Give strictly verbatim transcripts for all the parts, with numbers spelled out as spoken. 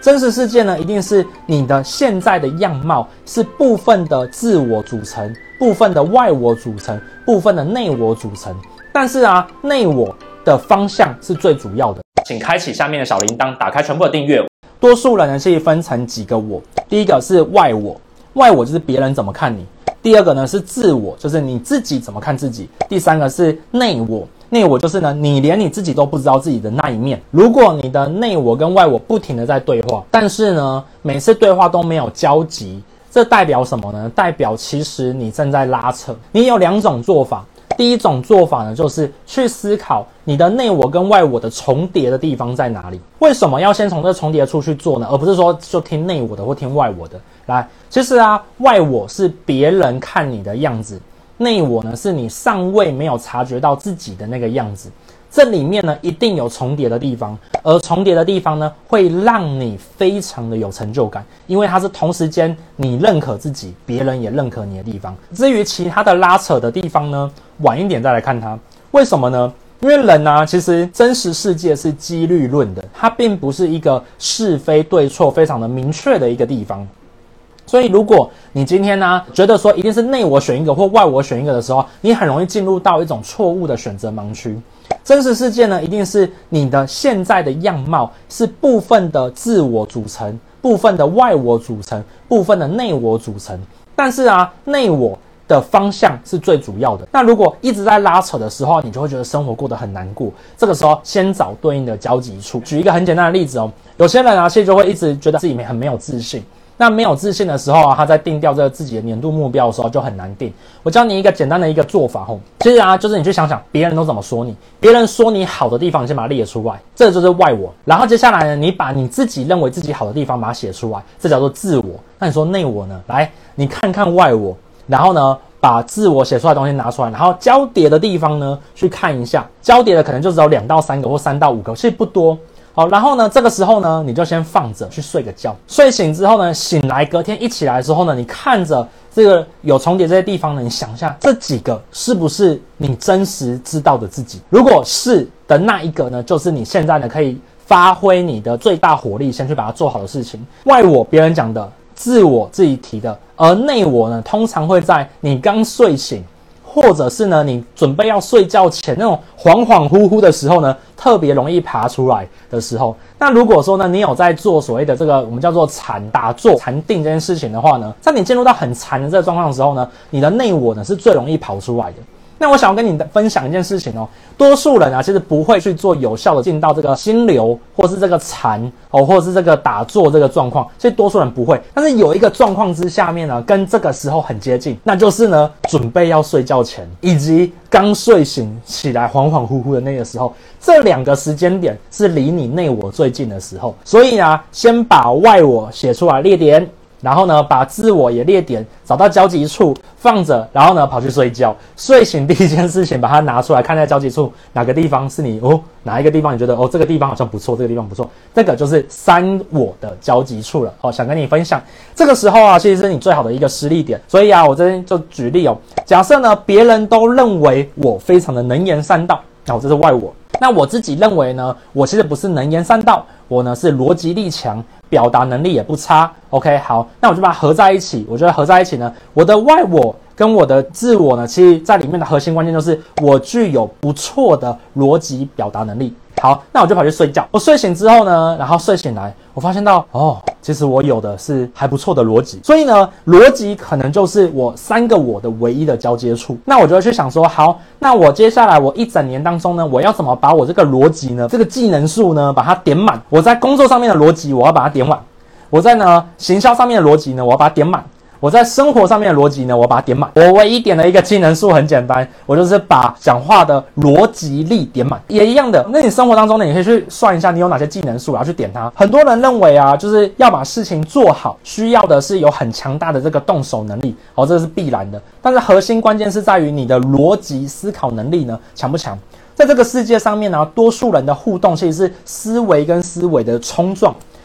真实世界呢，一定是你的现在的样貌是部分的自我组成，部分的外我组成，部分的内我组成。但是啊，内我的方向是最主要的。请开启下面的小铃铛，打开全部的订阅。多数人呢，其实分成几个我，第一个是外我，外我就是别人怎么看你；第二个呢是自我，就是你自己怎么看自己；第三个是内我。内我就是呢，你连你自己都不知道自己的那一面。如果你的内我跟外我不停的在对话，但是呢，每次对话都没有交集，这代表什么呢？代表其实你正在拉扯。你有两种做法，第一种做法呢，就是去思考你的内我跟外我的重叠的地方在哪里。为什么要先从这重叠处去做呢？而不是说就听内我的或听外我的。来，其实啊，外我是别人看你的样子。内我呢，是你尚未没有察觉到自己的那个样子，这里面呢一定有重叠的地方，而重叠的地方呢会让你非常的有成就感，因为它是同时间你认可自己，别人也认可你的地方。至于其他的拉扯的地方呢，晚一点再来看它。为什么呢？因为人啊，其实真实世界是几率论的，它并不是一个是非对错非常的明确的一个地方。所以如果你今天呢、啊、觉得说一定是内我选一个或外我选一个的时候，你很容易进入到一种错误的选择盲区。真实世界呢，一定是你的现在的样貌是部分的自我组成，部分的外我组成，部分的内我组成。但是啊，内我的方向是最主要的。那如果一直在拉扯的时候，你就会觉得生活过得很难过。这个时候先找对应的交集处。举一个很简单的例子哦，有些人啊，其实就会一直觉得自己很没有自信。那没有自信的时候啊，他在定调这个自己的年度目标的时候就很难定。我教你一个简单的一个做法吼，其实啊，就是你去想想别人都怎么说你，别人说你好的地方，你先把它列出来，这就是外我。然后接下来呢，你把你自己认为自己好的地方把它写出来，这叫做自我。那你说内我呢？来，你看看外我，然后呢，把自我写出来的东西拿出来，然后交叠的地方呢，去看一下，交叠的可能就只有两到三个或三到五个，其实不多。好，然后呢，这个时候呢，你就先放着去睡个觉。睡醒之后呢，醒来隔天一起来的时候呢，你看着这个有重叠这些地方呢，你想一下这几个是不是你真实知道的自己？如果是的那一个呢，就是你现在呢可以发挥你的最大火力，先去把它做好的事情。外我别人讲的，自我自己提的，而内我呢，通常会在你刚睡醒，或者是呢，你准备要睡觉前那种恍恍惚惚的时候呢，特别容易爬出来的时候。那如果说呢，你有在做所谓的这个我们叫做禅打坐、禅定这件事情的话呢，在你进入到很禅的这个状况的时候呢，你的内我呢是最容易跑出来的。那我想要跟你分享一件事情哦，多数人啊其实不会去做有效的进到这个心流，或是这个禅哦，或者是这个打坐这个状况，所以多数人不会。但是有一个状况之下面呢，跟这个时候很接近，那就是呢，准备要睡觉前，以及刚睡醒起来恍恍惚惚的那个时候，这两个时间点是离你内我最近的时候。所以呢，先把外我写出来列点。然后呢，把自我也列点，找到交集处放着，然后呢跑去睡觉。睡醒第一件事情，把它拿出来看在交集处哪个地方是你哦，哪一个地方你觉得哦这个地方好像不错，这个地方不错，这个就是三我的交集处了哦。想跟你分享，这个时候啊，其实是你最好的一个施力点。所以啊，我这边就举例哦，假设呢别人都认为我非常的能言善道，那我这是外我。那我自己认为呢，我其实不是能言善道，我呢是逻辑力强，表达能力也不差。OK， 好，那我就把它合在一起。我觉得合在一起呢，我的外我跟我的自我呢，其实在里面的核心关键就是我具有不错的逻辑表达能力。好，那我就跑去睡觉。我睡醒之后呢，然后睡醒来，我发现到哦，其实我有的是还不错的逻辑。所以呢，逻辑可能就是我三个我的唯一的交接处。那我就会去想说，好，那我接下来我一整年当中呢，我要怎么把我这个逻辑呢，这个技能数呢，把它点满。我在工作上面的逻辑，我要把它点满；我在呢行销上面的逻辑呢，我要把它点满；我在生活上面的逻辑呢，我把它点满。我唯一点的一个技能数很简单，我就是把讲话的逻辑力点满。也一样的，那你生活当中呢，你可以去算一下你有哪些技能数，然后去点它。很多人认为啊，就是要把事情做好，需要的是有很强大的这个动手能力，哦，这是必然的。但是核心关键是在于你的逻辑思考能力呢，强不强？在这个世界上面呢，多数人的互动其实是思维跟思维的冲撞。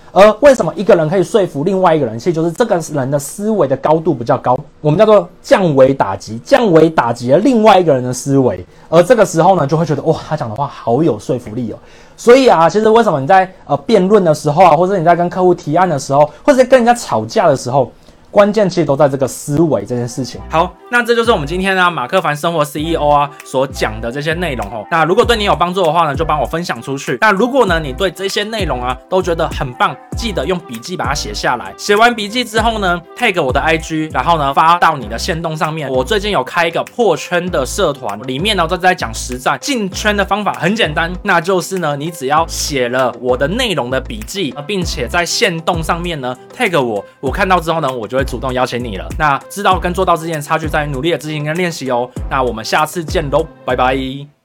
而为什么一个人可以说服另外一个人，其实就是这个人的思维的高度比较高，我们叫做降维打击，降维打击了另外一个人的思维，而这个时候呢，就会觉得哇，他讲的话好有说服力哦。所以啊，其实为什么你在呃辩论的时候啊，或者你在跟客户提案的时候，或者在跟人家吵架的时候，关键其实都在这个思维这件事情。好，那这就是我们今天啊马克凡生活 C E O 啊所讲的这些内容哦。那如果对你有帮助的话呢，就帮我分享出去。那如果呢你对这些内容啊都觉得很棒，记得用笔记把它写下来。写完笔记之后呢 ，tag 我的 I G， 然后呢发到你的限动上面。我最近有开一个破圈的社团，里面呢都在讲实战进圈的方法，很简单，那就是呢你只要写了我的内容的笔记，并且在限动上面呢 tag 我，我看到之后呢，我就会主动邀请你了。那知道跟做到之间的差距在于努力的执行跟练习哦。那我们下次见喽，拜拜。